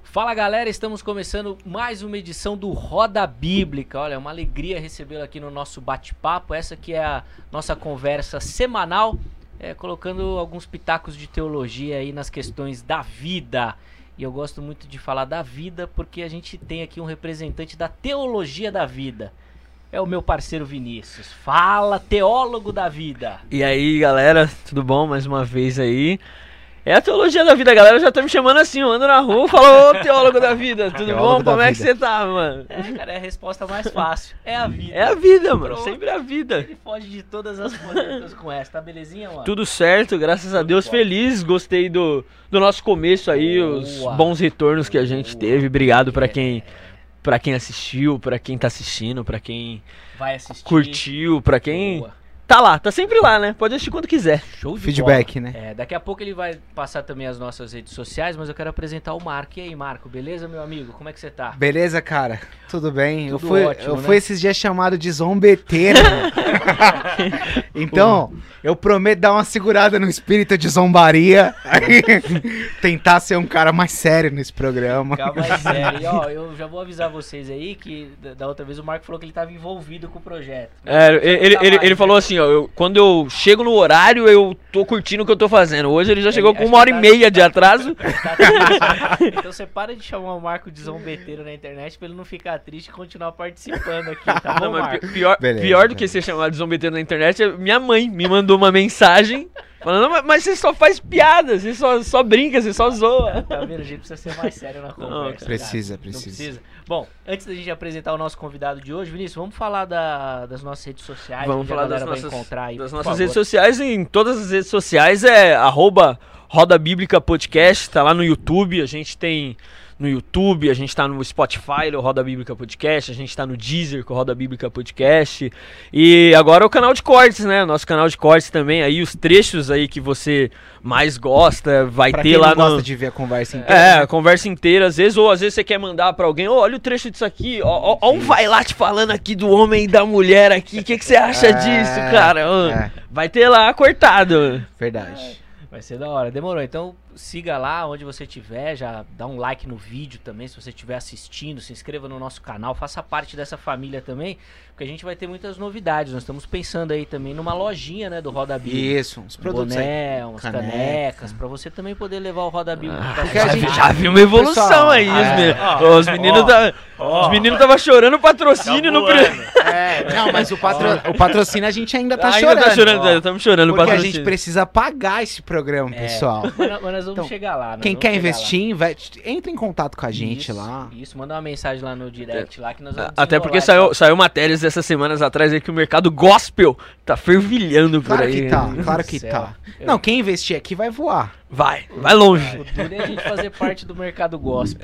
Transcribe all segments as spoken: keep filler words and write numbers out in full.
Fala galera, estamos começando mais uma edição do Roda Bíblica. Olha, é uma alegria recebê-lo aqui no nosso bate-papo. Essa que é a nossa conversa semanal, é, colocando alguns pitacos de teologia aí nas questões da vida. E eu gosto muito de falar da vida porque a gente tem aqui um representante da teologia da vida. É o meu parceiro Vinícius. Fala, teólogo da vida. E aí galera, tudo bom? Mais uma vez aí. É a teologia da vida, a galera já tá me chamando assim, eu ando na rua e falo, ô teólogo da vida, tudo teólogo bom? Como é vida. que você tá, mano? É, cara, é a resposta mais fácil. É a vida. É a vida, mano, Pronto. sempre a vida. Ele foge de todas as polêmicas com essa, tá belezinha, mano? Tudo certo, graças a Deus, feliz, gostei do, do nosso começo aí, Boa. os bons retornos que a gente Boa. teve, obrigado pra É. quem, pra quem assistiu, pra quem tá assistindo, pra quem Vai assistir. curtiu, pra quem Boa. tá lá, tá sempre lá, né? Pode assistir quando quiser. Show de Feedback, bola. né? É, daqui a pouco ele vai passar também as nossas redes sociais, mas eu quero apresentar o Marco. E aí, Marco, beleza, meu amigo? Como é que você tá? Beleza, cara? Tudo bem? eu Tudo fui, ótimo, eu né? fui esses dias chamado de zombeteiro. Então, eu prometo dar uma segurada no espírito de zombaria. Tentar ser um cara mais sério nesse programa. Ficar mais sério. E, ó, eu já vou avisar vocês aí que da- da outra vez o Marco falou que ele tava envolvido com o projeto. É, ele, Tá ele, mais, ele né? falou assim, ó, eu- quando eu chego no horário, eu tô curtindo o que eu tô fazendo. Hoje ele já chegou com acho uma hora que e tá- meia de atraso. Tá triste. Então você para de chamar o Marco de zombeteiro na internet pra ele não ficar triste e continuar participando aqui, tá bom, Não, mas Marco? pi- pior, Beleza, pior do beleza. que ser chamado de zombeteiro na internet, é minha mãe me mandou uma mensagem falando, mas, mas você só faz piada, você só, só brinca, você só zoa. Tá vendo? A gente precisa ser mais sério na conversa. Precisa, cara. Não precisa. Bom, antes da gente apresentar o nosso convidado de hoje, Vinícius, vamos falar da- das nossas redes sociais. Vamos onde falar a das galera vai nossas, encontrar aí, das por nossas favor. redes sociais. Em todas as redes sociais é arroba Roda Bíblica Podcast, tá lá no YouTube, a gente tem no YouTube, a gente tá no Spotify, o Roda Bíblica Podcast, a gente tá no Deezer com o Roda Bíblica Podcast, e agora o canal de cortes, né, nosso canal de cortes também, aí os trechos aí que você mais gosta, vai Pra ter quem lá não no... gosta de ver a conversa inteira. É, a né? conversa inteira, às vezes, ou às vezes você quer mandar pra alguém, ó, olha o trecho disso aqui, ó, ó, ó um vai lá te falando aqui do homem e da mulher aqui, o que, que você acha É, disso, cara? Ó, é. Vai ter lá cortado. Verdade. Vai ser da hora. Demorou. Então siga lá onde você estiver, já dá um like no vídeo também, se você estiver assistindo, se inscreva no nosso canal, faça parte dessa família também, porque a gente vai ter muitas novidades. Nós estamos pensando aí também numa lojinha, né, do Roda Bíblica. Isso, uns Um produtos boné, aí. umas Caneca. canecas, pra você também poder levar o Roda Bíblica pra porque sua a já, gente- casa. já vi uma evolução Pessoal, aí, é. os, meni- Ó, os meninos ó, tá- ó. os meninos tava chorando patrocínio no pre... É, não, mas o, patro- o patrocínio a gente ainda tá Ainda chorando. tá chorando, ó. estamos chorando Porque a patrocínio. gente precisa pagar esse programa, É. pessoal. Mas, mas nós vamos Então, chegar lá. nós Quem vamos quer chegar investir, investe, entra em contato com a lá. gente Isso, lá. Isso, manda uma mensagem lá no direct lá que nós vamos Até porque desenrolar saiu, saiu matérias dessas semanas atrás aí que o mercado gospel tá fervilhando por Claro aí. que tá, né? claro do que céu. tá. Eu- Não, quem investir aqui vai voar. Vai, vai longe. O duro é a gente fazer parte do mercado gospel.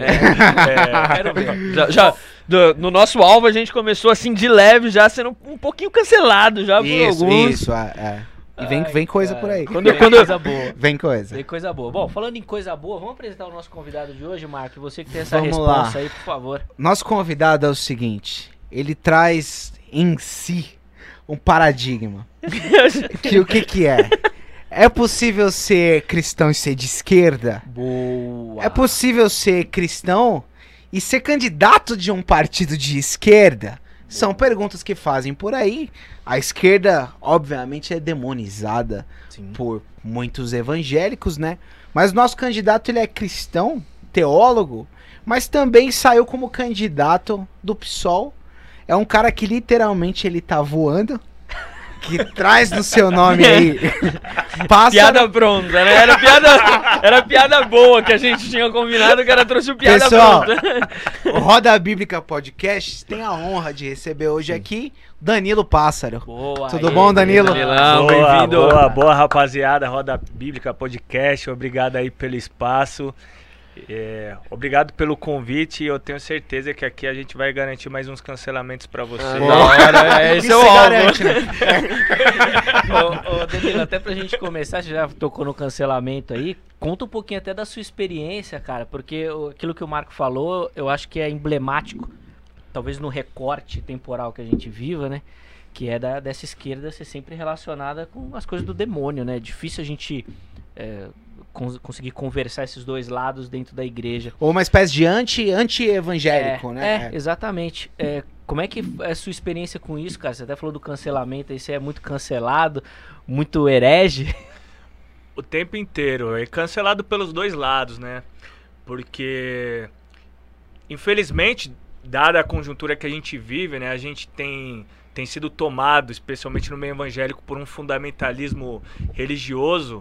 É, Quero ver. já, já- do- no nosso alvo a gente começou assim de leve, já sendo um pouquinho cancelado já por Isso, alguns. isso, é, é. E vem, Ai, vem coisa cara. por aí. Quando- Vem quando- coisa boa. Vem coisa. Vem coisa boa. Bom, falando em coisa boa, vamos apresentar o nosso convidado de hoje, Marco. Você que tem essa Vamos resposta lá. aí, por favor. Nosso convidado é o seguinte, ele traz em si um paradigma. Que o que que é? É possível ser cristão e ser de esquerda? Boa. É possível ser cristão e ser candidato de um partido de esquerda? São perguntas que fazem por aí. A esquerda, obviamente, é demonizada Sim. por muitos evangélicos, né? Mas o nosso candidato, ele é cristão, teólogo, mas também saiu como candidato do PSOL. É um cara que literalmente ele tá voando, que traz no seu nome aí pássaro. Piada pronta, né? Era piada, era piada boa que a gente tinha combinado, o cara trouxe o piada Pessoal, pronta. o Roda Bíblica Podcast tem a honra de receber hoje aqui Danilo Pássaro. Boa. Tudo aí, bom, Danilo? Danilão, Boa, bem-vindo. boa, boa, rapaziada, Roda Bíblica Podcast, obrigado aí pelo espaço, é, obrigado pelo convite, eu tenho certeza que aqui a gente vai garantir mais uns cancelamentos pra vocês. Ah, da hora, é, esse é o Isso alvo. garante, né? Ô, ô, Danilo, até pra gente começar, você já tocou no cancelamento aí. Conta um pouquinho até da sua experiência, cara, porque o- aquilo que o Marco falou, eu acho que é emblemático, talvez no recorte temporal que a gente viva, né? Que é da, dessa esquerda ser sempre relacionada com as coisas do demônio, né? É difícil a gente é, cons conseguir conversar esses dois lados dentro da igreja. Ou uma espécie de anti, anti-evangélico, é, né? É, exatamente. É, como é que é a sua experiência com isso, cara? Você até falou do cancelamento, aí você é muito cancelado, muito herege. O tempo inteiro, é cancelado pelos dois lados, né? Porque, infelizmente, dada a conjuntura que a gente vive, né? A gente tem, tem sido tomado, especialmente no meio evangélico, por um fundamentalismo religioso.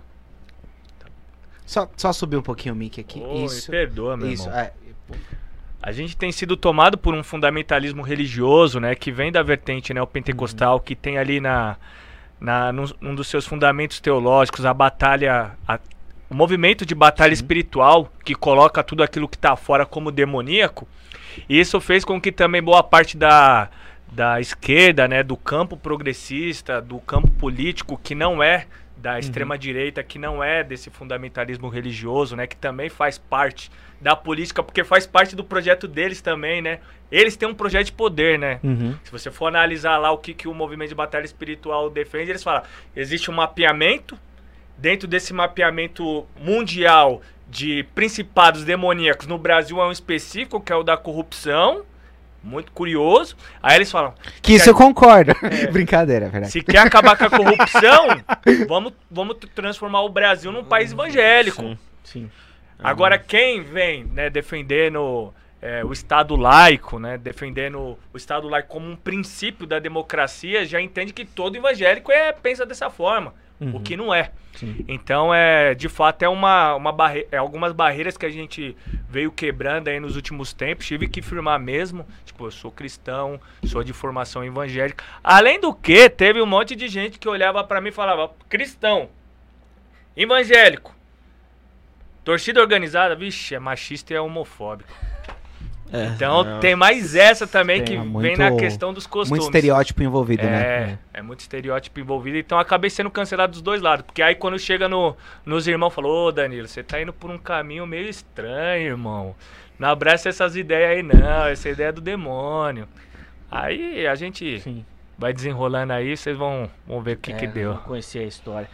Só, só subir um pouquinho o mic aqui. Oh, isso. Me perdoa, meu Isso, irmão. é. A gente tem sido tomado por um fundamentalismo religioso, né? Que vem da vertente neopentecostal, que tem ali na... Na, num, num dos seus fundamentos teológicos, a batalha, a, o movimento de batalha Sim. espiritual, que coloca tudo aquilo que está fora como demoníaco, e isso fez com que também boa parte da, da esquerda, né, do campo progressista, do campo político, que não é da extrema-direita, que não é desse fundamentalismo religioso, né, que também faz parte da política, porque faz parte do projeto deles também, né? Eles têm um projeto de poder, né? Uhum. Se você for analisar lá o que, que o movimento de batalha espiritual defende, eles falam, existe um mapeamento, dentro desse mapeamento mundial de principados demoníacos, no Brasil é um específico, que é o da corrupção, muito curioso. Aí eles falam... Que isso quer... eu concordo. É. Brincadeira, é verdade. Se quer acabar com a corrupção, vamos, vamos transformar o Brasil num país evangélico. Sim, sim. Agora, quem vem, né, defendendo é, o Estado laico, né, defendendo o Estado laico como um princípio da democracia, já entende que todo evangélico é, pensa dessa forma, uhum. o que não é. Sim. Então, é, de fato, é, uma, uma barre é algumas barreiras que a gente veio quebrando aí nos últimos tempos, tive que firmar mesmo, tipo, eu sou cristão, sou de formação evangélica. Além do que, teve um monte de gente que olhava pra mim e falava, cristão, evangélico, torcida organizada, vixe, é machista e é homofóbico. É, então não, tem mais essa também que muito, vem na questão dos costumes. Muito estereótipo envolvido, é, né? É, é muito estereótipo envolvido. Então acabei sendo cancelado dos dois lados. Porque aí quando chega no, nos irmãos, falou, ô Danilo, você tá indo por um caminho meio estranho, irmão. Não abraça essas ideias aí não, essa ideia é do demônio. Aí a gente Sim. vai desenrolando aí, vocês vão, vão ver o que, é, que deu. Vamos conhecer a história.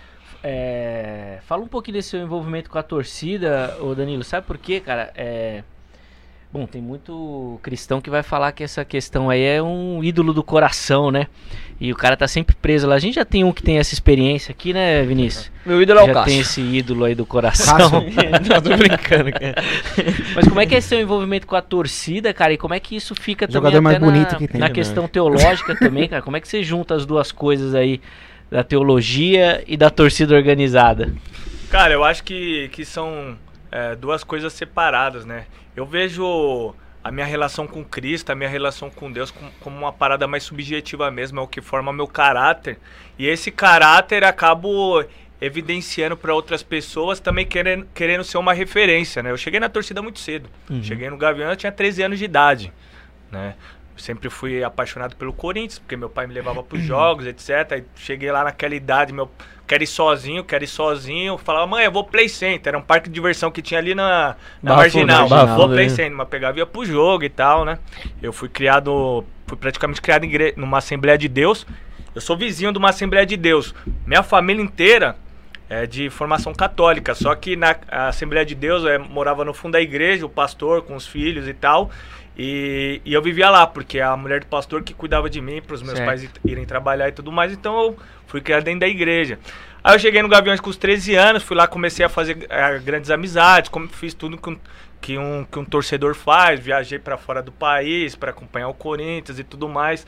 É, fala um pouquinho desse seu envolvimento com a torcida, ô Danilo. Sabe por quê, cara? É, bom, tem muito cristão que vai falar que essa questão aí é um ídolo do coração, né? E o cara tá sempre preso lá. A gente já tem um que tem essa experiência aqui, né, Vinícius? Meu ídolo é o Já Cássio. tem esse ídolo aí do coração. Não, tô brincando, cara. Mas como é que é esse seu envolvimento com a torcida, cara? E como é que isso fica o jogador também mais até bonito na, que tem, na né? questão teológica também, cara? Como é que você junta as duas coisas aí? Da teologia e da torcida organizada? Cara, eu acho que, que são é, duas coisas separadas, né? Eu vejo a minha relação com Cristo, a minha relação com Deus como, como uma parada mais subjetiva mesmo, é o que forma meu caráter. E esse caráter acabo evidenciando para outras pessoas também querendo, querendo ser uma referência, né? Eu cheguei na torcida muito cedo. Uhum. Cheguei no Gavião, eu tinha treze anos de idade, né? Sempre fui apaixonado pelo Corinthians, porque meu pai me levava para os jogos, etcétera. Aí cheguei lá naquela idade, meu, quero ir sozinho, quero ir sozinho. Falava, mãe, eu vou Play Center. Era um parque de diversão que tinha ali na, na Marginal. Bafo, vou né? Play Center, mas pegava e ia pro jogo e tal, né? Eu fui criado, fui praticamente criado em igre... numa Assembleia de Deus. Eu sou vizinho de uma Assembleia de Deus. Minha família inteira é de formação católica, só que na Assembleia de Deus é, morava no fundo da igreja, o pastor com os filhos e tal. E, e eu vivia lá, porque é a mulher do pastor que cuidava de mim, para os meus certo. pais irem trabalhar e tudo mais, então eu fui criado dentro da igreja. Aí eu cheguei no Gaviões com os treze anos, fui lá, comecei a fazer é, grandes amizades, como fiz tudo que um, que um, que um torcedor faz, viajei para fora do país para acompanhar o Corinthians e tudo mais.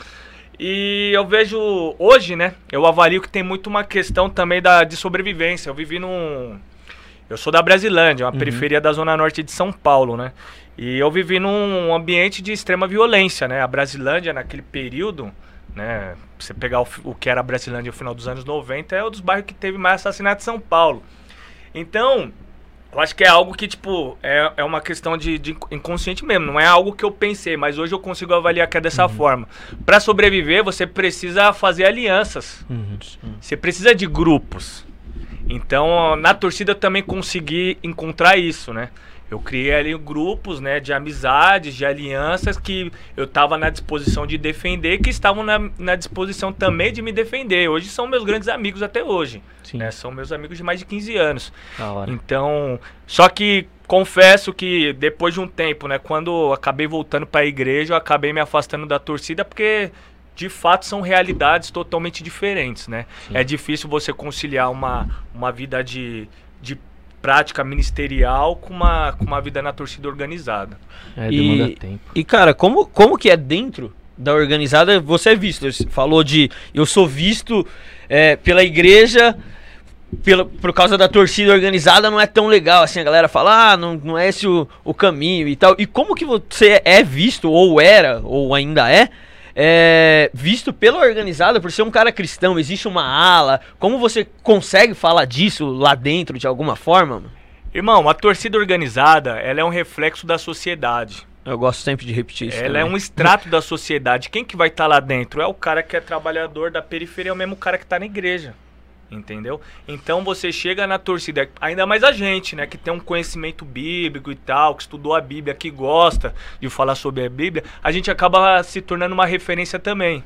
E eu vejo, hoje, né, eu avalio que tem muito uma questão também da, de sobrevivência. Eu vivi num... Eu sou da Brasilândia, uma uhum. periferia da zona norte de São Paulo, né? E eu vivi num ambiente de extrema violência, né? A Brasilândia, naquele período, né? Você pegar o, o que era a Brasilândia no final dos anos noventa, é um dos bairros que teve mais assassinato de São Paulo. Então, eu acho que é algo que, tipo, é, é uma questão de, de inconsciente mesmo. Não é algo que eu pensei, mas hoje eu consigo avaliar que é dessa uhum. forma. Para sobreviver, você precisa fazer alianças. Uhum. Você precisa de grupos. Então, na torcida eu também consegui encontrar isso, né? Eu criei ali grupos, né, de amizades, de alianças que eu estava na disposição de defender, que estavam na, na disposição também de me defender. Hoje são meus grandes amigos até hoje. Né? São meus amigos de mais de quinze anos. Então, só que confesso que depois de um tempo, né, quando eu acabei voltando para a igreja, eu acabei me afastando da torcida porque de fato são realidades totalmente diferentes, né? Sim. É difícil você conciliar uma, uma vida de, de prática ministerial com uma, com uma vida na torcida organizada. É, demanda e, tempo. E, cara, como, como que é dentro da organizada, você é visto? Você falou de, eu sou visto é, pela igreja, pela, por causa da torcida organizada, não é tão legal, assim, a galera fala, ah, não, não é esse o, o caminho e tal. E como que você é visto, ou era, ou ainda é, É, visto pela organizada por ser um cara cristão? Existe uma ala? Como você consegue falar disso lá dentro de alguma forma, mano? Irmão, a torcida organizada, ela é um reflexo da sociedade. Eu gosto sempre de repetir isso. Ela também. É um extrato da sociedade. Quem que vai estar tá lá dentro? É o cara que é trabalhador da periferia, é o mesmo cara que está na igreja. Entendeu? Então você chega na torcida, ainda mais a gente, né, que tem um conhecimento bíblico e tal, que estudou a Bíblia, que gosta de falar sobre a Bíblia, a gente acaba se tornando uma referência também.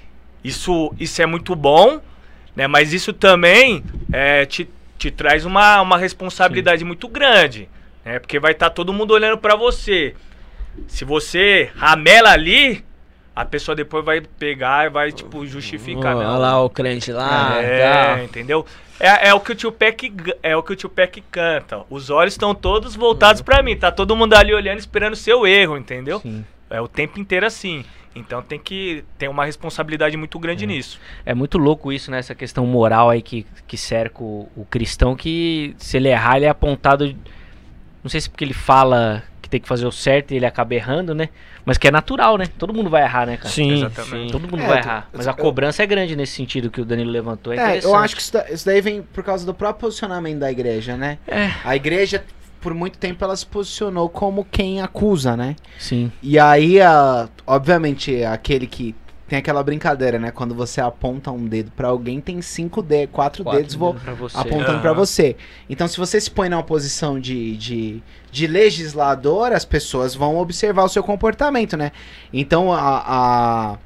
Isso, isso é muito bom, né, mas isso também é, te, te traz uma, uma responsabilidade Sim. muito grande, né, porque vai estar tá todo mundo olhando para você. Se você ramela ali, a pessoa depois vai pegar e vai, tipo, justificar. Olha lá o crente lá. É, tá. Entendeu? É, é, o que o tio Peck, é o que o tio Peck canta. Os olhos estão todos voltados pra mim. Tá todo mundo ali olhando, esperando o seu erro, entendeu? Sim. É o tempo inteiro assim. Então tem que ter uma responsabilidade muito grande é. nisso. É muito louco isso, né? Essa questão moral aí que, que cerca o, o cristão, que se ele errar, ele é apontado... Não sei se porque ele fala que tem que fazer o certo e ele acaba errando, né? Mas que é natural, né? Todo mundo vai errar, né, cara? Sim, exatamente. Sim. Todo mundo é, vai errar. Eu, Mas a eu, cobrança é grande nesse sentido que o Danilo levantou. É, é eu acho que isso, da, isso daí vem por causa do próprio posicionamento da igreja, né? É. A igreja, por muito tempo, ela se posicionou como quem acusa, né? Sim. E aí, a, obviamente, aquele que... Tem aquela brincadeira, né? Quando você aponta um dedo pra alguém, tem cinco dedos, quatro, quatro dedos vo- pra apontando uhum. pra você. Então, se você se põe numa posição de, de, de legislador, as pessoas vão observar o seu comportamento, né? Então, a, a,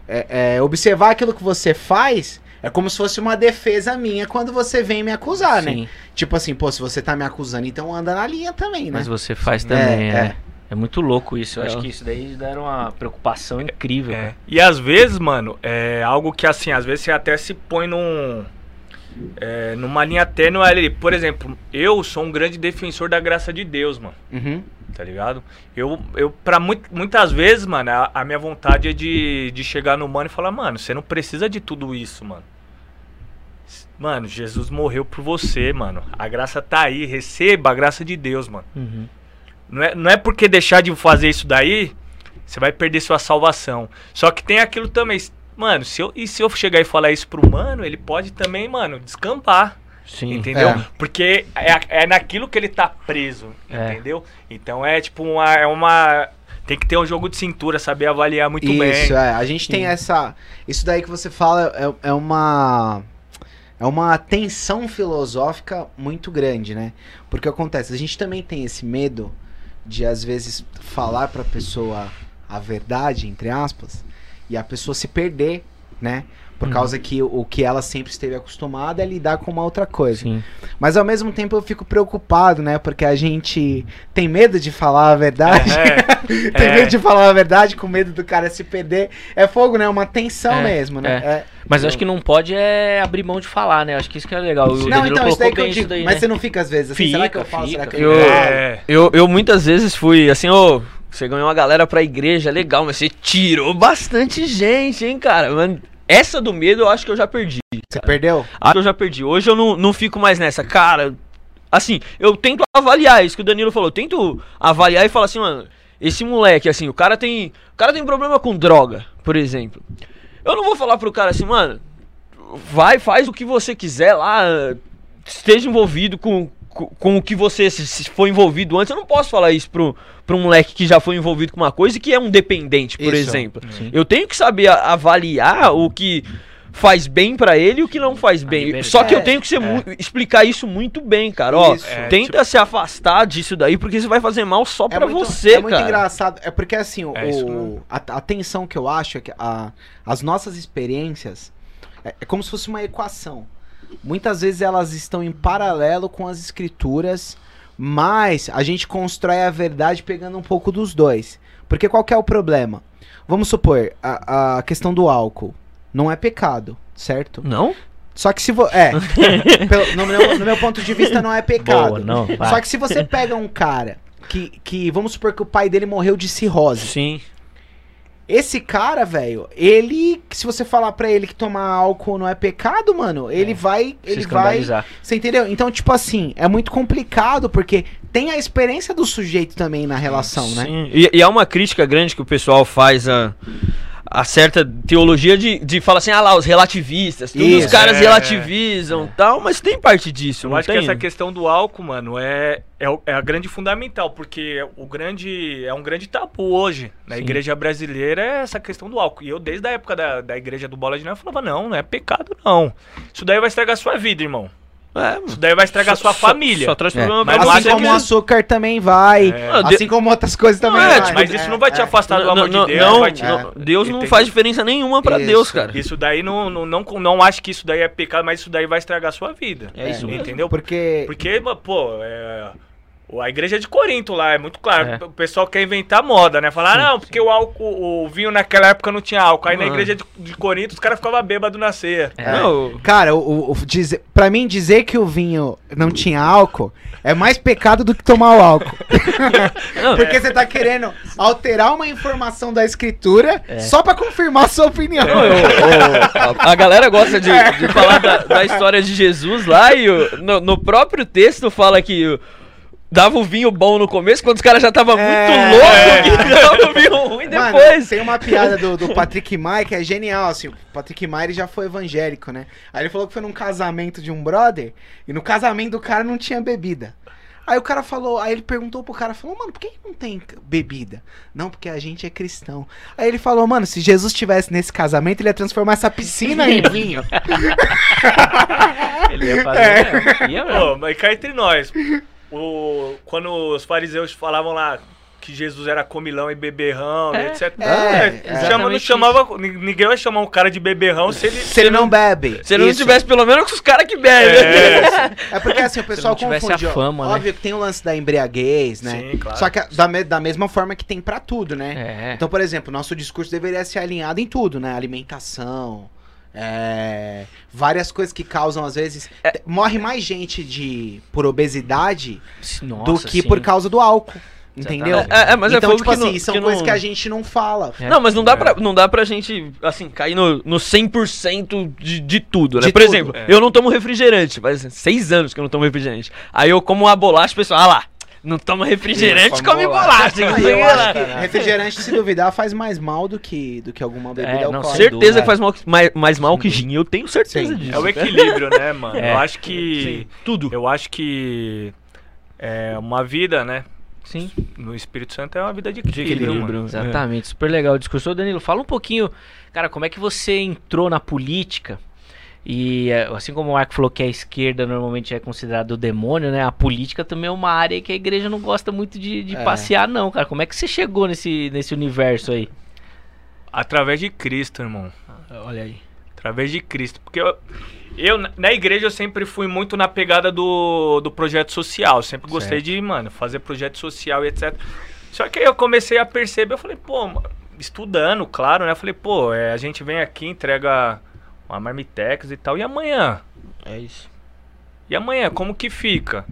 é, é, observar aquilo que você faz é como se fosse uma defesa minha quando você vem me acusar, Sim. né? Tipo assim, pô, se você tá me acusando, então anda na linha também, né? Mas você faz também, é. é. é. É muito louco isso, eu é. acho que isso daí deram uma preocupação incrível. É. E às vezes, mano, é algo que assim, às vezes você até se põe num, é, numa linha tênue ali. Por exemplo, eu sou um grande defensor da graça de Deus, mano. Uhum. Tá ligado? Eu, eu pra muito, muitas vezes, mano, a, a minha vontade é de, de chegar no mano e falar, mano, você não precisa de tudo isso, mano. Mano, Jesus morreu por você, mano. A graça tá aí, receba a graça de Deus, mano. Uhum. Não é, não é porque deixar de fazer isso daí, você vai perder sua salvação. Só que tem aquilo também, mano, se eu, e se eu chegar e falar isso pro mano, ele pode também, mano, descampar. Sim. Entendeu? É. Porque é, é naquilo que ele tá preso, é. entendeu? Então é tipo uma, é uma... Tem que ter um jogo de cintura, saber avaliar muito isso, bem. Isso, é. A gente Sim. tem essa... Isso daí que você fala é, é uma... É uma tensão filosófica muito grande, né? Porque acontece, a gente também tem esse medo de às vezes falar pra pessoa a verdade, entre aspas, e a pessoa se perder, né? Por uhum. causa que o que ela sempre esteve acostumada é lidar com uma outra coisa. Sim. Mas ao mesmo tempo eu fico preocupado, né? Porque a gente tem medo de falar a verdade. É, tem é. medo de falar a verdade, com medo do cara se perder. É fogo, né? Uma tensão é, mesmo, né? É. É. Mas eu acho que não pode é abrir mão de falar, né? Acho que isso que é legal. O não, então, isso daí que eu digo. Daí, mas né? Você não fica às vezes assim, fica, será que eu falo? Fica, será que eu, eu, é. eu, eu muitas vezes fui assim, ô, oh, você ganhou uma galera pra igreja, legal, mas você tirou bastante gente, hein, cara? Mano, essa do medo eu acho que eu já perdi. Você cara. perdeu? Acho que eu já perdi. Hoje eu não, não fico mais nessa. Cara, assim, eu tento avaliar isso que o Danilo falou. Eu tento avaliar e falar assim, mano, esse moleque, assim, o cara tem. O cara tem problema com droga, por exemplo. Eu não vou falar pro cara assim, mano, vai, faz o que você quiser lá, esteja envolvido com, com, com o que você se, se foi envolvido antes. Eu não posso falar isso pro, pro moleque que já foi envolvido com uma coisa e que é um dependente, por isso. exemplo. Sim. Eu tenho que saber avaliar o que... faz bem pra ele e o que não faz bem. liberdade. Só que eu É, tenho que ser é. mu- explicar isso muito bem, cara. Ó, Isso. É, tenta tipo- se afastar disso daí, porque isso vai fazer mal só pra muito, você, é muito cara. engraçado. É porque assim, o, É isso o- mesmo. a, a tensão que eu acho é que a- as nossas experiências é, é como se fosse uma equação. Muitas vezes elas estão em paralelo com as escrituras, mas a gente constrói a verdade pegando um pouco dos dois. Porque qual que é o problema? Vamos supor, a, a questão do álcool não é pecado, certo? Não? Só que se você. É, pelo- no, meu, no meu ponto de vista não é pecado. Boa, não, vai. Só que se você pega um cara que, que. Vamos supor que o pai dele morreu de cirrose. Sim. Esse cara, velho, ele. Se você falar pra ele que tomar álcool não é pecado, mano, ele vai. Se Ele vai. escandalizar. Você entendeu? Então, tipo assim, é muito complicado porque tem a experiência do sujeito também na relação, né? Sim. E, e há uma crítica grande que o pessoal faz a, a certa teologia de, de falar assim, ah lá, os relativistas, todos os Isso. caras É. relativizam e tal, mas tem parte disso, Eu não acho tem? que essa questão do álcool, mano, é, é, o- é a grande fundamental, porque o grande é um grande tabu hoje na Sim. igreja brasileira é essa questão do álcool. E eu, desde a época da, da igreja do Bola de Neve, eu falava, não, não é pecado, não. Isso daí vai estragar a sua vida, irmão. É, Isso daí vai estragar a sua só- família. Só traz É. problema Mas pra não Assim você. acha como que- o açúcar também vai. É. Ah, de- Assim como outras coisas também Não, é, vai. tipo, Mas isso não vai te É, afastar do Não, amor não, de Deus, não, vai te... não, Deus não Entendeu? faz diferença nenhuma pra Isso. Deus, cara. Isso daí não, não, não, não acho que isso daí é pecado, mas isso daí vai estragar a sua vida. É isso mesmo. Entendeu? Porque. Porque, pô, é, a igreja de Corinto lá, é muito claro. É. O pessoal quer inventar moda, né? Falar, não, porque o álcool, o vinho naquela época não tinha álcool. Aí na Mano. igreja de, de Corinto os caras ficavam bêbados na ceia. É. Não, Cara, o, o, dizer, pra mim dizer que o vinho não tinha álcool é mais pecado do que tomar o álcool. não, Porque você tá querendo alterar uma informação da escritura só pra confirmar a sua opinião. Não, eu- eu- a, a galera gosta de, de falar da, da história de Jesus lá e o- no, no próprio texto fala que o- dava o vinho bom no começo, quando os caras já estavam É. muito loucos, que dava o vinho ruim Mano, depois. tem uma piada do, do Patrick Maia que é genial, assim. O Patrick Maia ele já foi evangélico, né? Aí ele falou que foi num casamento de um brother e no casamento do cara não tinha bebida. Aí o cara falou, aí ele perguntou pro cara, falou, mano, por que que não tem bebida? Não, porque a gente é cristão. Aí ele falou, mano, se Jesus estivesse nesse casamento, ele ia transformar essa piscina em vinho. Ele ia fazer. É. mesmo. Ia mesmo. Pô, mas cá entre nós. O, quando os fariseus falavam lá que Jesus era comilão e beberrão, É. etcétera. É, É, exatamente chama, não chamava, ni- ninguém vai chamar um cara de beberrão se ele... Se ele não bebe. Se ele não Isso. tivesse pelo menos com os caras que bebem. É, É porque assim, o pessoal não tivesse confunde. a ó. fama, né? Óbvio que tem o lance da embriaguez, né? Sim, claro. Só que da, me- da mesma forma que tem pra tudo, né? É. Então, por exemplo, nosso discurso deveria ser alinhado em tudo, né? Alimentação, é, várias coisas que causam, às vezes. te- Morre mais gente de por obesidade Nossa, do que sim. por causa do álcool. Entendeu? Exatamente. É, é, mas é então, fogo tipo que não- assim, são que coisas não- que a gente não fala. É. Não, mas não dá, É. pra, não dá pra gente, assim, cair no, no cem por cento de, de tudo, né? De Por tudo. exemplo, É. eu não tomo refrigerante, faz seis anos que eu não tomo refrigerante. Aí eu como uma bolacha, o pessoal, ah lá, não toma refrigerante, come bolacha. não Aí sei o eu que acho lá. que refrigerante, se duvidar, faz mais mal do que, do que alguma bebida É, não, alcoólica. sem Certeza dúvida. que faz mal, mais, mais mal que gin, eu tenho certeza Sim. disso. É o equilíbrio, né, mano? É. Eu acho que... Tudo. Eu acho que... É uma vida, né? Sim. No Espírito Santo é uma vida de De equilíbrio, equilíbrio. mano. Exatamente, super legal o discurso. Ô, Danilo, fala um pouquinho, cara, como é que você entrou na política? E é, assim como o Marco falou que a esquerda normalmente é considerada o demônio, né? A política também é uma área que a igreja não gosta muito de, de É. passear, não, cara. Como é que você chegou nesse, nesse universo aí? Através de Cristo, irmão. Olha aí. Através de Cristo. Porque eu, eu, na- na igreja, eu sempre fui muito na pegada do, do projeto social. Eu sempre gostei Certo. de, mano, fazer projeto social e etcétera. Só que aí eu comecei a perceber, eu falei, pô, mano, estudando, claro, né? Eu falei, pô, é, a gente vem aqui, entrega uma marmitex e tal, e amanhã? É isso. E amanhã, como que fica?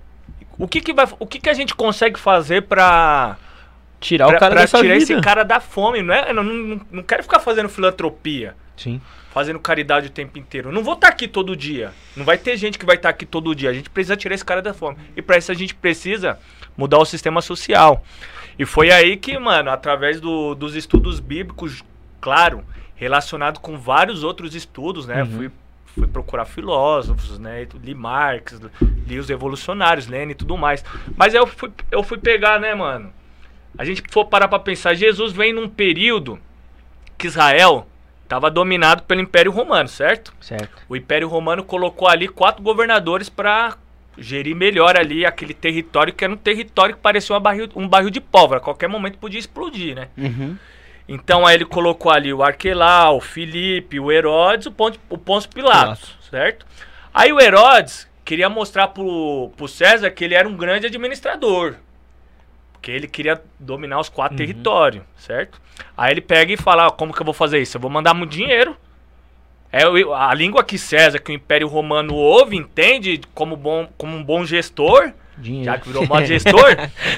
O que que, vai, o que, que a gente consegue fazer pra... Tirar o pra, cara pra dessa tirar vida. esse cara da fome, não é? Eu não, não, não quero ficar fazendo filantropia, Sim. fazendo caridade o tempo inteiro. Eu não vou estar aqui todo dia. Não vai ter gente que vai estar aqui todo dia. A gente precisa tirar esse cara da fome. E pra isso a gente precisa mudar o sistema social. E foi aí que, mano, através do, dos estudos bíblicos, claro, relacionado com vários outros estudos, né? Uhum. Fui, fui procurar filósofos, né? Li Marx, li os revolucionários, Lenin e tudo mais. Mas aí eu fui, eu fui pegar, né, mano? A gente for parar pra pensar, Jesus vem num período que Israel tava dominado pelo Império Romano, certo? Certo. O Império Romano colocou ali quatro governadores para gerir melhor ali aquele território, que era um território que parecia uma barril, um barril de pólvora. A qualquer momento podia explodir, né? Uhum. Então aí ele colocou ali o Arquelau, o Filipe, o Herodes, o Pôncio, o Pôncio Pilatos, Pilatos. certo? Aí o Herodes queria mostrar pro, pro César que ele era um grande administrador. Porque ele queria dominar os quatro Uhum. territórios, certo? Aí ele pega e fala, ó, como que eu vou fazer isso? Eu vou mandar muito dinheiro. É o- a língua que César, que o Império Romano ouve, entende como, bom, como um bom gestor, Dinheiro. já que virou modo gestor,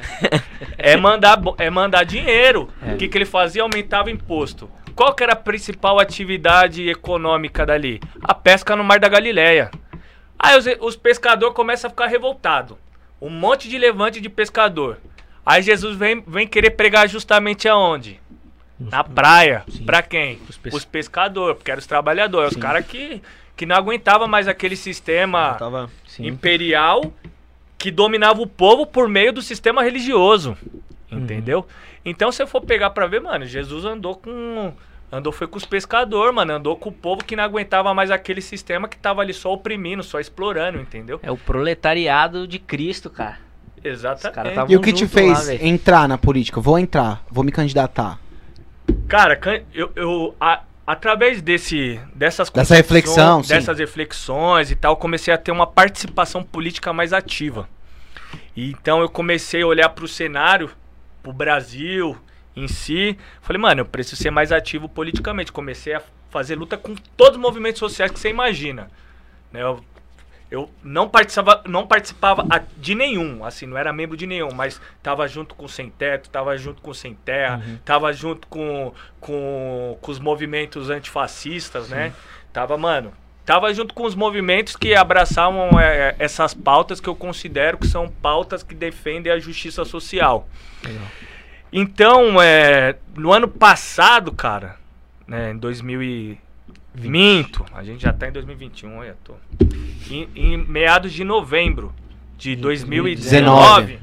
é, mandar, bo- é mandar dinheiro. É. O que, que ele fazia? Aumentava o imposto. Qual que era a principal atividade econômica dali? A pesca no Mar da Galileia. Aí os, os pescadores começam a ficar revoltados. Um monte de levante de pescador. Aí Jesus vem, vem querer pregar justamente aonde? Na praia. Sim. Pra quem? Os pes- Os pescadores, porque eram os trabalhadores. Sim. Os caras que, que não aguentavam mais aquele sistema Tava... Sim. imperial que dominava o povo por meio do sistema religioso. Entendeu? Então, se eu for pegar pra ver, mano, Jesus andou com... Andou foi com os pescadores, mano. Andou com o povo que não aguentava mais aquele sistema que tava ali só oprimindo, só explorando, entendeu? É o proletariado de Cristo, cara. Exatamente. caras tavam- E o que te junto fez lá, velho. entrar na política? Vou entrar, vou me candidatar. Cara, can- eu, eu a- através desse, dessas Dessa concepções, reflexão, sim. dessas reflexões e tal, comecei a ter uma participação política mais ativa. E então eu comecei a olhar para o cenário, pro Brasil em si. Falei, mano, eu preciso ser mais ativo politicamente. Comecei a fazer luta com todos os movimentos sociais que você imagina. Né, Eu, eu não participava, não participava a- de nenhum, assim, não era membro de nenhum, mas tava junto com o Sem Teto, tava junto com o Sem Terra, tava junto com, com, com os movimentos antifascistas, né? Tava, mano, tava junto com os movimentos que abraçavam é, essas pautas que eu considero que são pautas que defendem a justiça social. Legal. Então, é, no ano passado, cara, né, em dois mil e vinte, minto, a gente já tá em dois mil e vinte e um, olha, tô. Em, em meados de novembro de dois mil e dezenove,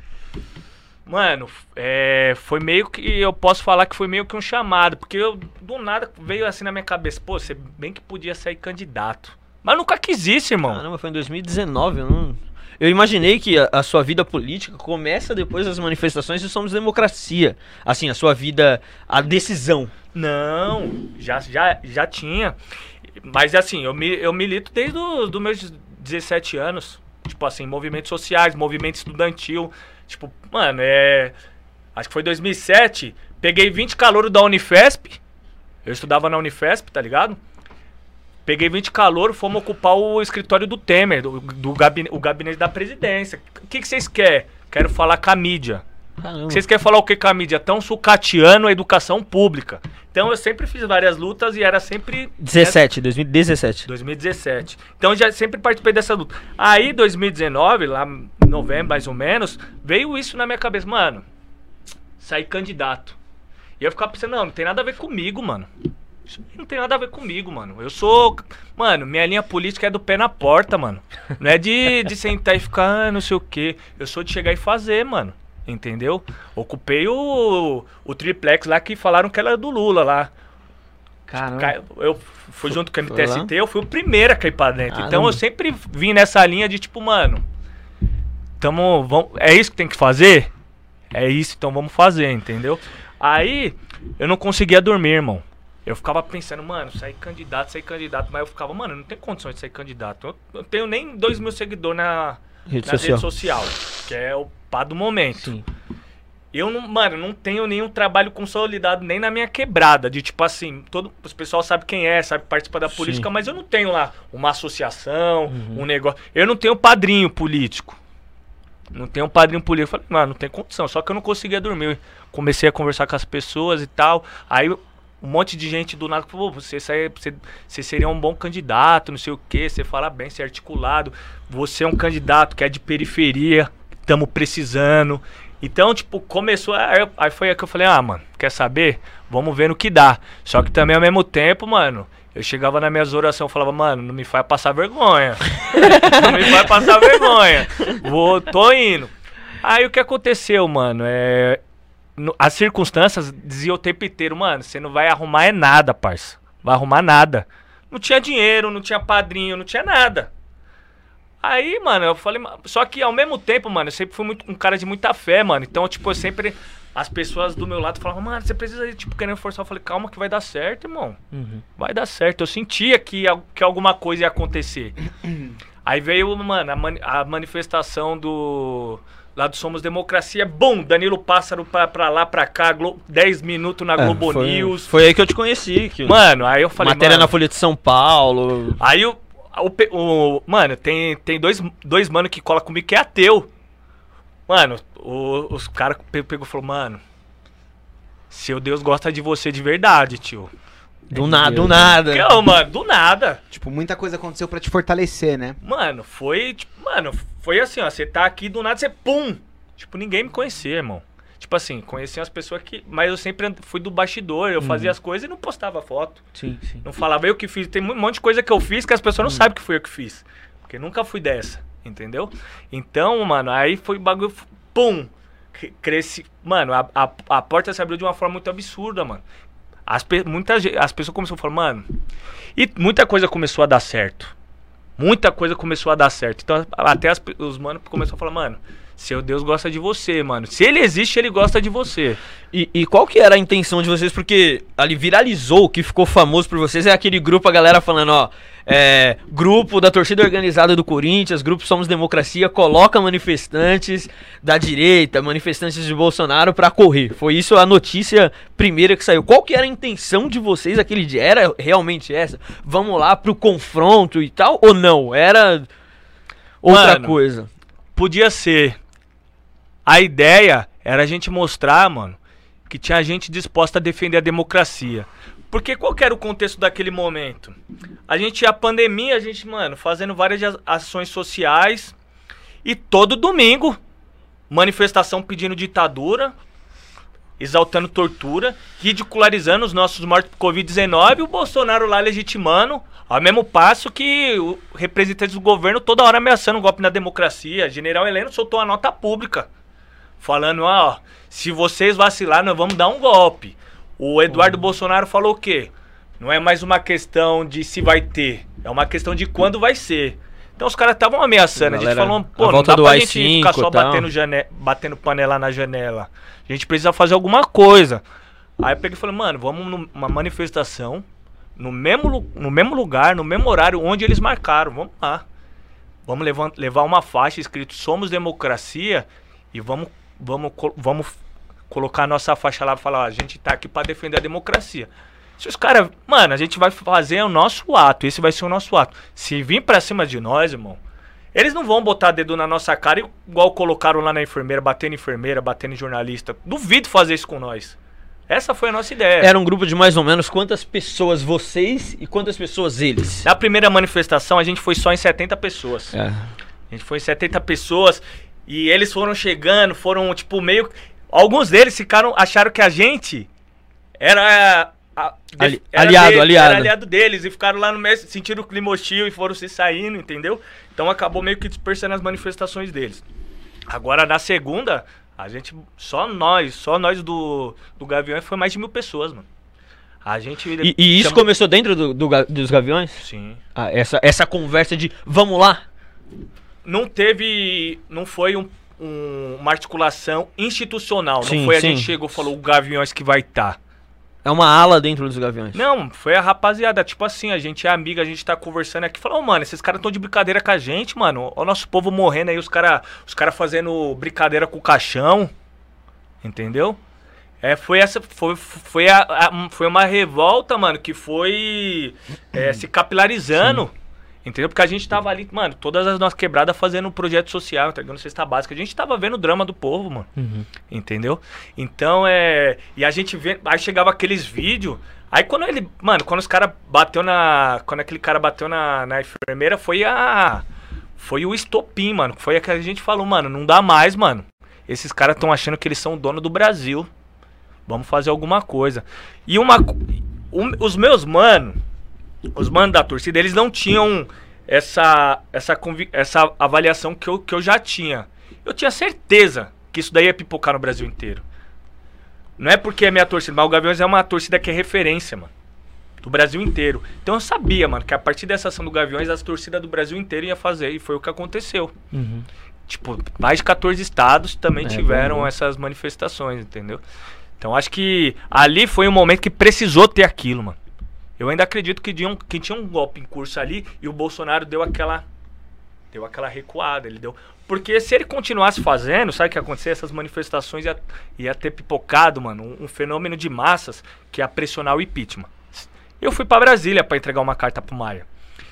mano, é, foi meio que, eu posso falar que foi meio que um chamado, porque eu, do nada, veio assim na minha cabeça, pô, você bem que podia sair candidato. Mas nunca quis isso, irmão. Caramba, foi em dois mil e dezenove, eu não... Eu imaginei que a, a sua vida política começa depois das manifestações de Somos Democracia. Assim, a sua vida, a decisão. Não, já, já, já tinha. Mas assim, eu, mi, eu milito desde os do meus dezessete anos. Tipo assim, movimentos sociais, movimento estudantil. Tipo, mano, é... Acho que foi dois mil e sete. Peguei vinte calouros da Unifesp. Eu estudava na Unifesp, tá ligado? Peguei vinte calouros, fomos ocupar o escritório do Temer, do, do gabinete, o gabinete da presidência. O que, que vocês querem? Quero falar com a mídia. Caramba. Vocês querem falar o que com a mídia? Tão sucateando a educação pública. Então eu sempre fiz várias lutas e era sempre... dezessete, dois mil e dezessete. dois mil e dezessete. Então eu já sempre participei dessa luta. Aí, dois mil e dezenove, lá em novembro mais ou menos, veio isso na minha cabeça. Mano, sair candidato. E eu ficava pensando, não, não tem nada a ver comigo, mano. Isso não tem nada a ver comigo, mano. Eu sou... Mano, minha linha política é do pé na porta, mano. Não é de, de sentar e ficar, ah, não sei o quê. Eu sou de chegar e fazer, mano. Entendeu? Ocupei o, o triplex lá que falaram que era do Lula lá. Caramba. Ca- Eu fui junto com a Foi M T S T, eu fui o primeiro a cair pra dentro. Caramba. Então eu sempre vim nessa linha de tipo, mano, tamo, vamos, é isso que tem que fazer? É isso, então vamos fazer, entendeu? Aí eu não conseguia dormir, irmão. Eu ficava pensando, mano, sair candidato, sair candidato. Mas eu ficava, mano, não tem condições de sair candidato. Eu não tenho nem dois mil seguidores na, Rede na social. rede social, que é o pá do momento. Sim. Eu não, mano, não tenho nenhum trabalho consolidado nem na minha quebrada, de tipo assim, todo o pessoal sabe quem é, sabe participar da política, Sim. mas eu não tenho lá uma associação, Uhum. um negócio. Eu não tenho padrinho político. Não tenho um padrinho político. Eu falei, mano, não tem condição, só que eu não conseguia dormir. Eu comecei a conversar com as pessoas e tal. Aí um monte de gente do nada falou, você, sai, você, você seria um bom candidato, não sei o quê, você fala bem, você é articulado, você é um candidato que é de periferia, estamos precisando. Então, tipo, começou, aí, eu- aí foi aí que eu falei, ah, mano, quer saber? Vamos ver no que dá. Só que também ao mesmo tempo, mano, eu chegava nas minhas orações e falava, mano, não me faz passar vergonha. Não me faz passar vergonha. Vou, tô indo. Aí o que aconteceu, mano, é... no- as circunstâncias diziam o tempo inteiro, mano, você não vai arrumar é nada, parça. Vai arrumar nada. Não tinha dinheiro, não tinha padrinho, não tinha nada. Aí, mano, eu falei... Só que ao mesmo tempo, mano, eu sempre fui muito, um cara de muita fé, mano. Então, tipo, eu sempre... As pessoas do meu lado falavam, mano, você precisa, tipo, querendo forçar. Eu falei, calma que vai dar certo, irmão. Uhum. Vai dar certo. Eu sentia que, que alguma coisa ia acontecer. Aí veio, mano, a, mani a manifestação do... Lá do Somos Democracia. Bum! Danilo Pássaro pra, pra lá, pra cá. dez minutos na é, Globo foi, News. Foi aí que eu te conheci. Que mano, aí eu falei, matéria mano, na Folha de São Paulo. Aí o... o, o mano, tem, tem dois, dois mano que cola comigo que é ateu. Mano, o, os caras pegou e falou, mano, seu Deus gosta de você de verdade, tio. Do, é na, do nada. Não, mano, do nada. Tipo, muita coisa aconteceu pra te fortalecer, né? Mano, foi, tipo, mano, foi assim, ó, você tá aqui do nada, você pum. Tipo, ninguém me conhecia, irmão. Tipo assim, conhecia as pessoas que... Mas eu sempre fui do bastidor, eu uhum. fazia as coisas e não postava foto. Sim, sim. Não falava eu que fiz. Tem um monte de coisa que eu fiz que as pessoas não uhum. sabem que foi eu que fiz. Porque nunca fui dessa. Entendeu? Então, mano, aí foi bagulho, pum, cresci, mano, a, a, a porta se abriu de uma forma muito absurda, mano. As, pe muita, as pessoas começaram a falar, mano, e muita coisa começou a dar certo. Muita coisa começou a dar certo. Então, até as, os manos começaram a falar, mano, seu Deus gosta de você, mano. Se ele existe, ele gosta de você. E, e qual que era a intenção de vocês? Porque ali viralizou, o que ficou famoso por vocês é aquele grupo, a galera falando, ó, é, grupo da torcida organizada do Corinthians, grupo Somos Democracia, coloca manifestantes da direita, manifestantes de Bolsonaro pra correr. Foi isso a notícia primeira que saiu. Qual que era a intenção de vocês aquele dia? Era realmente essa? Vamos lá pro confronto e tal? Ou não? Era outra mano, coisa? Podia ser. A ideia era a gente mostrar, mano, que tinha gente disposta a defender a democracia. Porque qual que era o contexto daquele momento? A gente tinha a pandemia, a gente, mano, fazendo várias ações sociais. E todo domingo, manifestação pedindo ditadura, exaltando tortura, ridicularizando os nossos mortos por covid dezenove, e o Bolsonaro lá legitimando, ao mesmo passo que o representante do governo toda hora ameaçando um golpe na democracia. General Heleno soltou uma nota pública, falando, ó, se vocês vacilar, nós vamos dar um golpe. O Eduardo uhum. Bolsonaro falou o quê? Não é mais uma questão de se vai ter, é uma questão de quando vai ser. Então os caras estavam ameaçando, a gente falou, pô, a não dá pra gente ficar só batendo, jane... batendo panela na janela. A gente precisa fazer alguma coisa. Aí eu peguei e falei, mano, vamos numa manifestação, no mesmo, no mesmo lugar, no mesmo horário onde eles marcaram, vamos lá. Vamos levar, levar uma faixa escrito Somos Democracia e vamos, vamos, vamos colocar a nossa faixa lá e falar, ó, a gente tá aqui pra defender a democracia. Se os caras, mano, a gente vai fazer o nosso ato, esse vai ser o nosso ato. Se vir pra cima de nós, irmão, eles não vão botar dedo na nossa cara igual colocaram lá na enfermeira, batendo em enfermeira, batendo em jornalista. Duvido fazer isso com nós. Essa foi a nossa ideia. Era um grupo de mais ou menos quantas pessoas vocês e quantas pessoas eles? Na primeira manifestação a gente foi só em setenta pessoas. É. A gente foi em setenta pessoas e eles foram chegando, foram tipo meio... Alguns deles ficaram, acharam que a gente era... A, Ali, era aliado, deles, aliado. Era aliado deles e ficaram lá no meio, sentiram o clima hostil e foram se saindo, entendeu? Então acabou meio que dispersando as manifestações deles. Agora na segunda, a gente, só nós, só nós do, do Gaviões foi mais de mil pessoas, mano. A gente... E, e isso chamou... começou dentro do, do, dos Gaviões? Sim. Ah, essa, essa conversa de vamos lá? Não teve, não foi um, um, uma articulação institucional, sim, não foi a sim. gente chegou e falou o Gaviões que vai estar. Tá. É uma ala dentro dos Gaviões. Não, foi a rapaziada, tipo assim, a gente é amiga, a gente tá conversando aqui, falou, oh, mano, esses caras tão de brincadeira com a gente, mano, ó o nosso povo morrendo aí, os caras os cara fazendo brincadeira com o caixão, entendeu? É, foi essa, foi, foi, a, a, foi uma revolta, mano, que foi é, se capilarizando, sim. Entendeu? Porque a gente tava ali, mano, todas as nossas quebradas fazendo um projeto social, entregando cesta básica. A gente tava vendo o drama do povo, mano. Uhum. Entendeu? Então, é... E a gente vê... Aí chegava aqueles vídeos... Aí quando ele... Mano, quando os caras bateu na... Quando aquele cara bateu na, na enfermeira, foi a... Foi o estopim, mano. Foi a que a gente falou, mano, não dá mais, mano. Esses caras estão achando que eles são o dono do Brasil. Vamos fazer alguma coisa. E uma... Um, os meus, mano... Os manos da torcida, eles não tinham essa, essa, essa avaliação que eu, que eu já tinha. Eu tinha certeza que isso daí ia pipocar no Brasil inteiro. Não é porque é minha torcida, mas o Gaviões é uma torcida que é referência, mano. do Brasil inteiro. Então eu sabia, mano, que a partir dessa ação do Gaviões, as torcidas do Brasil inteiro ia fazer, e foi o que aconteceu. Uhum. Tipo, mais de quatorze estados também É, tiveram bom. essas manifestações, entendeu? Então acho que ali foi um momento que precisou ter aquilo, mano. Eu ainda acredito que tinha, um, que tinha um golpe em curso ali e o Bolsonaro deu aquela deu aquela recuada, ele deu. Porque se ele continuasse fazendo, sabe o que ia acontecer? Essas manifestações ia, ia ter pipocado, mano, um, um fenômeno de massas que ia pressionar o impeachment. Eu fui pra Brasília pra entregar uma carta pro Maia.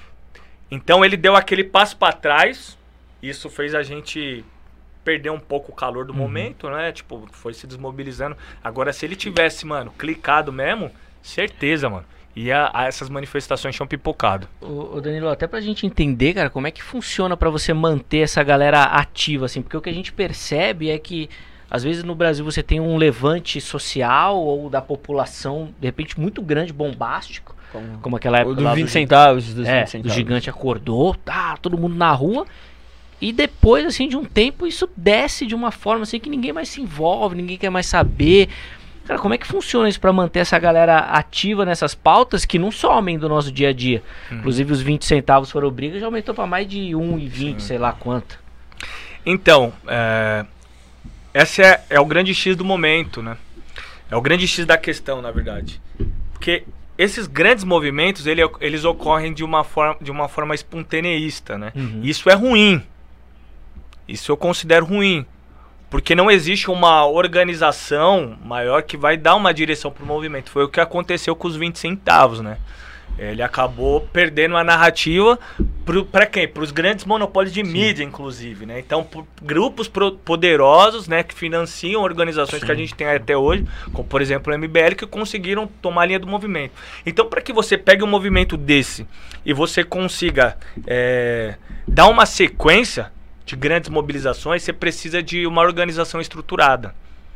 Então ele deu aquele passo pra trás, isso fez a gente perder um pouco o calor do uhum. momento, né? Tipo, foi se desmobilizando. Agora, se ele tivesse, mano, clicado mesmo, certeza, mano. E a, a essas manifestações tinham pipocado. Ô, ô Danilo, até pra gente entender, cara, como é que funciona pra você manter essa galera ativa, assim, porque o que a gente percebe é que, às vezes no Brasil você tem um levante social ou da população, de repente, muito grande, bombástico, como, como aquela época do lá vinte do, centavos, dos é, vinte centavos. O gigante acordou, tá, todo mundo na rua, e depois, assim, de um tempo, isso desce de uma forma, assim, que ninguém mais se envolve, ninguém quer mais saber. Cara, como é que funciona isso pra manter essa galera ativa nessas pautas que não somem do nosso dia a dia? Uhum. Inclusive os vinte centavos foram briga, já aumentou pra mais de um e vinte, sei lá quanto. Então, é, esse é, é o grande X do momento, né? É o grande X da questão, na verdade. Porque esses grandes movimentos, ele, eles ocorrem de uma forma, de uma forma espontaneísta, né? Uhum. Isso é ruim. Isso eu considero ruim. Porque não existe uma organização maior que vai dar uma direção pro movimento. Foi o que aconteceu com os vinte centavos, né? Ele acabou perdendo a narrativa para quem? Para os grandes monopólios de Sim. mídia, inclusive, né? Então, por grupos pro, poderosos, né, que financiam organizações Sim. que a gente tem até hoje, como por exemplo o M B L, que conseguiram tomar a linha do movimento. Então, para que você pegue um movimento desse e você consiga é, dar uma sequência de grandes mobilizações, você precisa de uma organização estruturada.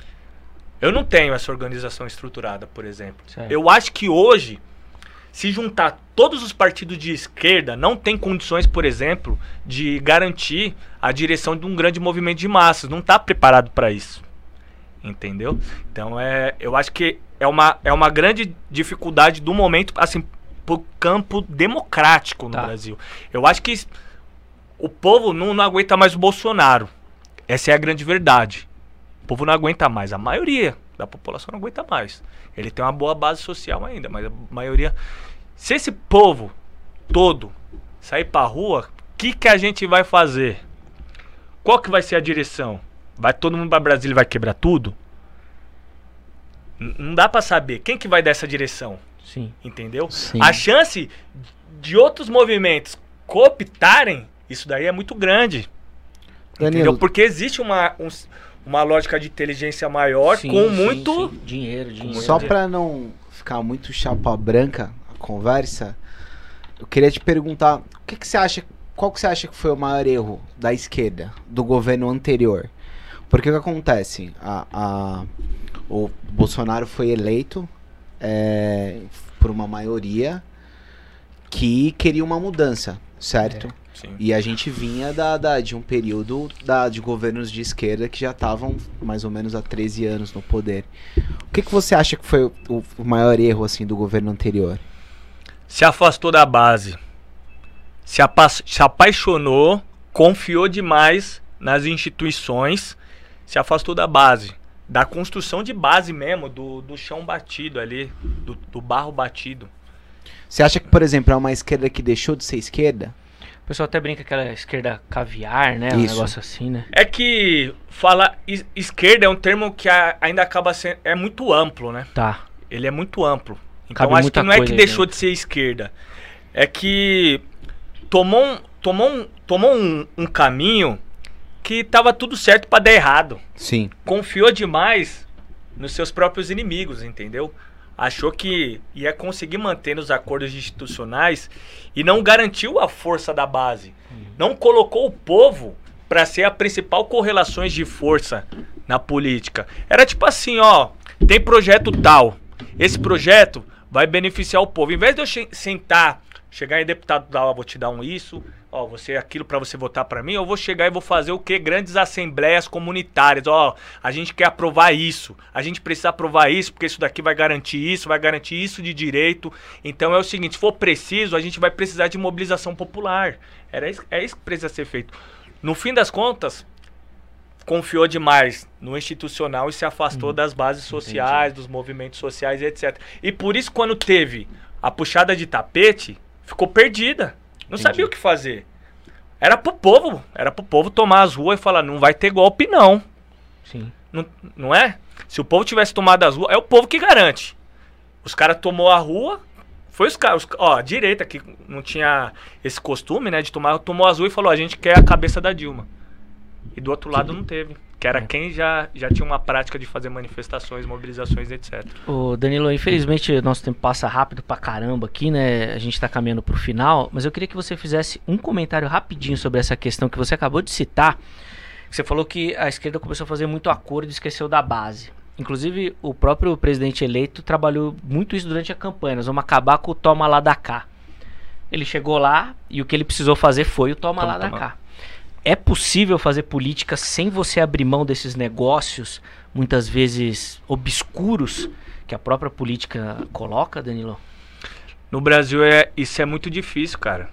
Eu não tenho essa organização estruturada, por exemplo. Certo. Eu acho que hoje, se juntar todos os partidos de esquerda, não tem condições, por exemplo, de garantir a direção de um grande movimento de massas. Não está preparado para isso. Entendeu? Então, é, eu acho que é uma, é uma grande dificuldade do momento, assim, pro campo democrático no tá. Brasil. Eu acho que o povo não, não aguenta mais o Bolsonaro. Essa é a grande verdade. O povo não aguenta mais. A maioria da população não aguenta mais. Ele tem uma boa base social ainda, mas a maioria... Se esse povo todo sair pra rua, o que, que a gente vai fazer? Qual que vai ser a direção? Vai todo mundo pra Brasília e vai quebrar tudo? N- não dá pra saber. Quem que vai dar essa direção? Sim. Entendeu? Sim. A chance de outros movimentos cooptarem isso daí é muito grande. Danilo. Entendeu? Porque existe uma, um, uma lógica de inteligência maior sim, com sim, muito... Sim. Dinheiro, dinheiro. Só pra não ficar muito chapa branca a conversa, eu queria te perguntar, o que, que você acha, qual que você acha que foi o maior erro da esquerda, do governo anterior? Porque o que acontece? A, a, o Bolsonaro foi eleito é, por uma maioria que queria uma mudança, certo? É. Sim. E a gente vinha da, da, de um período da, de governos de esquerda que já estavam mais ou menos há treze anos no poder. O que, que você acha que foi o, o maior erro assim, do governo anterior? Se afastou da base. Se, apa se apaixonou, confiou demais nas instituições, se afastou da base. Da construção de base mesmo, do, do chão batido ali, do, do barro batido. Você acha que, por exemplo, é uma esquerda que deixou de ser esquerda? O pessoal até brinca que aquela esquerda caviar, né? Isso. Um negócio assim, né? É que falar es esquerda é um termo que a, ainda acaba sendo... É muito amplo, né? Tá. Ele é muito amplo. Então Cabe acho muita que não é que coisa aí deixou dentro. de ser esquerda. É que tomou um, tomou um, tomou um, um caminho que tava tudo certo pra dar errado. Sim. Confiou demais nos seus próprios inimigos, entendeu? Achou que ia conseguir manter nos acordos institucionais e não garantiu a força da base. Uhum. Não colocou o povo para ser a principal correlação de força na política. Era tipo assim, ó, tem projeto tal. Esse projeto vai beneficiar o povo. Em vez de eu sentar Chegar em deputado, ó, vou te dar um isso, ó, você aquilo pra você votar pra mim, eu vou chegar e vou fazer o quê? Grandes assembleias comunitárias, ó, a gente quer aprovar isso, a gente precisa aprovar isso, porque isso daqui vai garantir isso, vai garantir isso de direito. Então é o seguinte, se for preciso, a gente vai precisar de mobilização popular. Era isso, é isso que precisa ser feito. No fim das contas, confiou demais no institucional e se afastou hum, das bases sociais, entendi. Dos movimentos sociais, etcétera. E por isso, quando teve a puxada de tapete, ficou perdida. Não entendi. Sabia o que fazer. Era pro povo, era pro povo tomar as ruas e falar, não vai ter golpe não. Sim. Não, não é? Se o povo tivesse tomado as ruas, é o povo que garante. Os caras tomou a rua, foi os caras, ó, a direita que não tinha esse costume, né, de tomar, tomou as ruas e falou, a gente quer a cabeça da Dilma. E do outro lado não teve. Que era quem já, já tinha uma prática de fazer manifestações, mobilizações, etcétera. Ô Danilo, infelizmente nosso tempo passa rápido pra caramba aqui, né? A gente tá caminhando pro final, mas eu queria que você fizesse um comentário rapidinho sobre essa questão que você acabou de citar. Você falou que a esquerda começou a fazer muito acordo e esqueceu da base. Inclusive, o próprio presidente eleito trabalhou muito isso durante a campanha. Nós vamos acabar com o toma lá da cá. Ele chegou lá e o que ele precisou fazer foi o toma, toma lá toma. da cá. É possível fazer política sem você abrir mão desses negócios, muitas vezes obscuros, que a própria política coloca, Danilo? No Brasil é, isso é muito difícil, cara.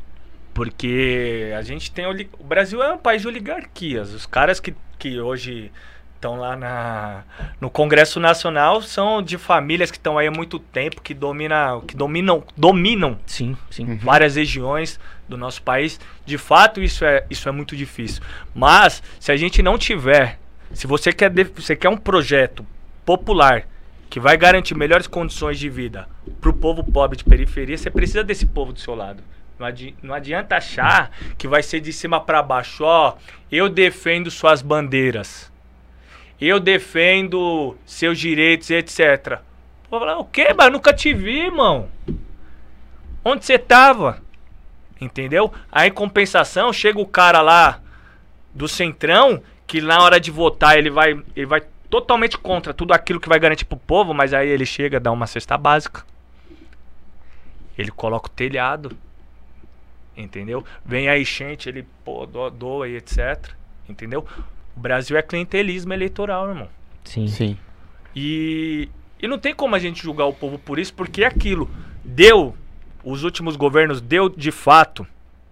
Porque a gente tem... O Brasil é um país de oligarquias. Os caras que, que hoje estão lá na, no Congresso Nacional são de famílias que estão aí há muito tempo, que, domina, que dominam, dominam sim, sim. várias regiões do nosso país. De fato, isso é, isso é muito difícil. Mas, se a gente não tiver... Se você quer, você quer um projeto popular que vai garantir melhores condições de vida para o povo pobre de periferia, você precisa desse povo do seu lado. Não, adi não adianta achar que vai ser de cima para baixo. Ó, eu defendo suas bandeiras. Eu defendo seus direitos, etcétera. Vou falar, o quê? Mas eu nunca te vi, irmão. Onde você tava? Entendeu? Aí, em compensação, chega o cara lá do Centrão, que na hora de votar ele vai, ele vai totalmente contra tudo aquilo que vai garantir pro povo, mas aí ele chega, dá uma cesta básica. Ele coloca o telhado. Entendeu? Vem a enchente, ele pô, doa, doa e etcétera. Entendeu? O Brasil é clientelismo eleitoral, irmão. Sim. Sim. E, e não tem como a gente julgar o povo por isso, porque aquilo deu, os últimos governos deu de fato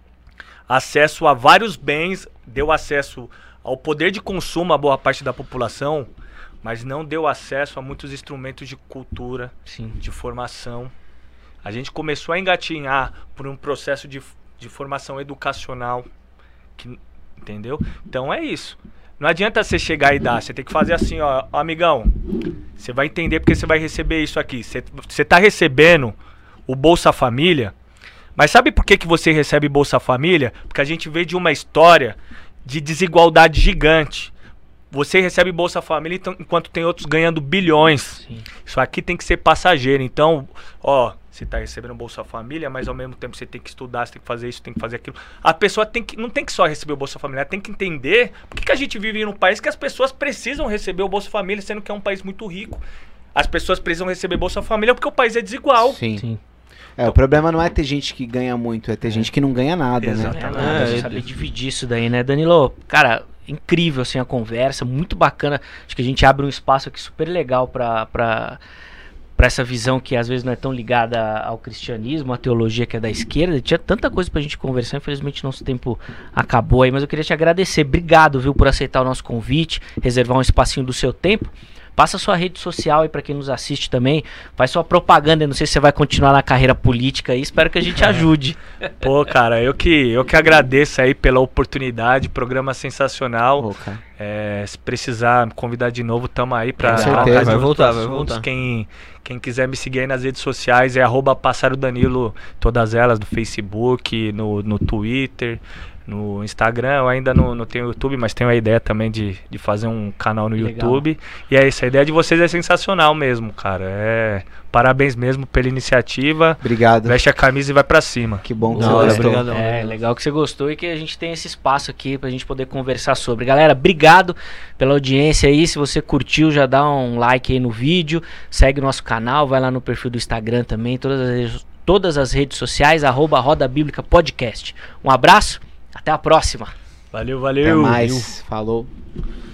acesso a vários bens, deu acesso ao poder de consumo a boa parte da população, mas não deu acesso a muitos instrumentos de cultura, sim, de formação. A gente começou a engatinhar por um processo de, de formação educacional, que, entendeu? Então é isso. Não adianta você chegar e dar, você tem que fazer assim, ó, ó amigão, você vai entender porque você vai receber isso aqui. Você, você tá recebendo o Bolsa Família, mas sabe por que, que você recebe Bolsa Família? Porque a gente veio de uma história de desigualdade gigante. Você recebe Bolsa Família então, enquanto tem outros ganhando bilhões. Sim. Isso aqui tem que ser passageiro. Então, ó, você está recebendo Bolsa Família, mas ao mesmo tempo você tem que estudar, você tem que fazer isso, tem que fazer aquilo. A pessoa tem que, não tem que só receber o Bolsa Família, ela tem que entender por que, que a gente vive em um país que as pessoas precisam receber o Bolsa Família, sendo que é um país muito rico. As pessoas precisam receber Bolsa Família porque o país é desigual. Sim. Sim. É, então, o problema não é ter gente que ganha muito, é ter é. gente que não ganha nada, Exatamente. né? É, a gente saber dividir isso daí, né? Danilo, cara, incrível assim a conversa, muito bacana. Acho que a gente abre um espaço aqui super legal pra, pra, pra essa visão que às vezes não é tão ligada ao cristianismo, à teologia que é da esquerda. Tinha tanta coisa pra gente conversar, infelizmente nosso tempo acabou aí, mas eu queria te agradecer. Obrigado, viu, por aceitar o nosso convite, reservar um espacinho do seu tempo. Passa sua rede social aí pra quem nos assiste também. Faz sua propaganda. Eu não sei se você vai continuar na carreira política aí. Espero que a gente ajude. Pô, cara, eu que, eu que agradeço aí pela oportunidade. Programa sensacional. Pô, cara. É, se precisar me convidar de novo, tamo aí pra... Com certeza. Vai voltar, vai voltar. Quem, quem quiser me seguir aí nas redes sociais é arroba Passaro Danilo, todas elas, no Facebook, no, no Twitter... No Instagram, eu ainda não, não tenho YouTube, mas tenho a ideia também de, de fazer um canal no Legal. YouTube. E é isso, a ideia de vocês é sensacional mesmo, cara. É, parabéns mesmo pela iniciativa. Obrigado. Veste a camisa e vai pra cima. Que bom que Da você hora, gostou. obrigado. É, legal que você gostou e que a gente tem esse espaço aqui pra gente poder conversar sobre. Galera, obrigado pela audiência aí. Se você curtiu, já dá um like aí no vídeo. Segue o nosso canal, vai lá no perfil do Instagram também. Todas as todas as redes sociais, arroba Roda Bíblica Podcast. Um abraço, até a próxima. Valeu, Até valeu. mais. Falou.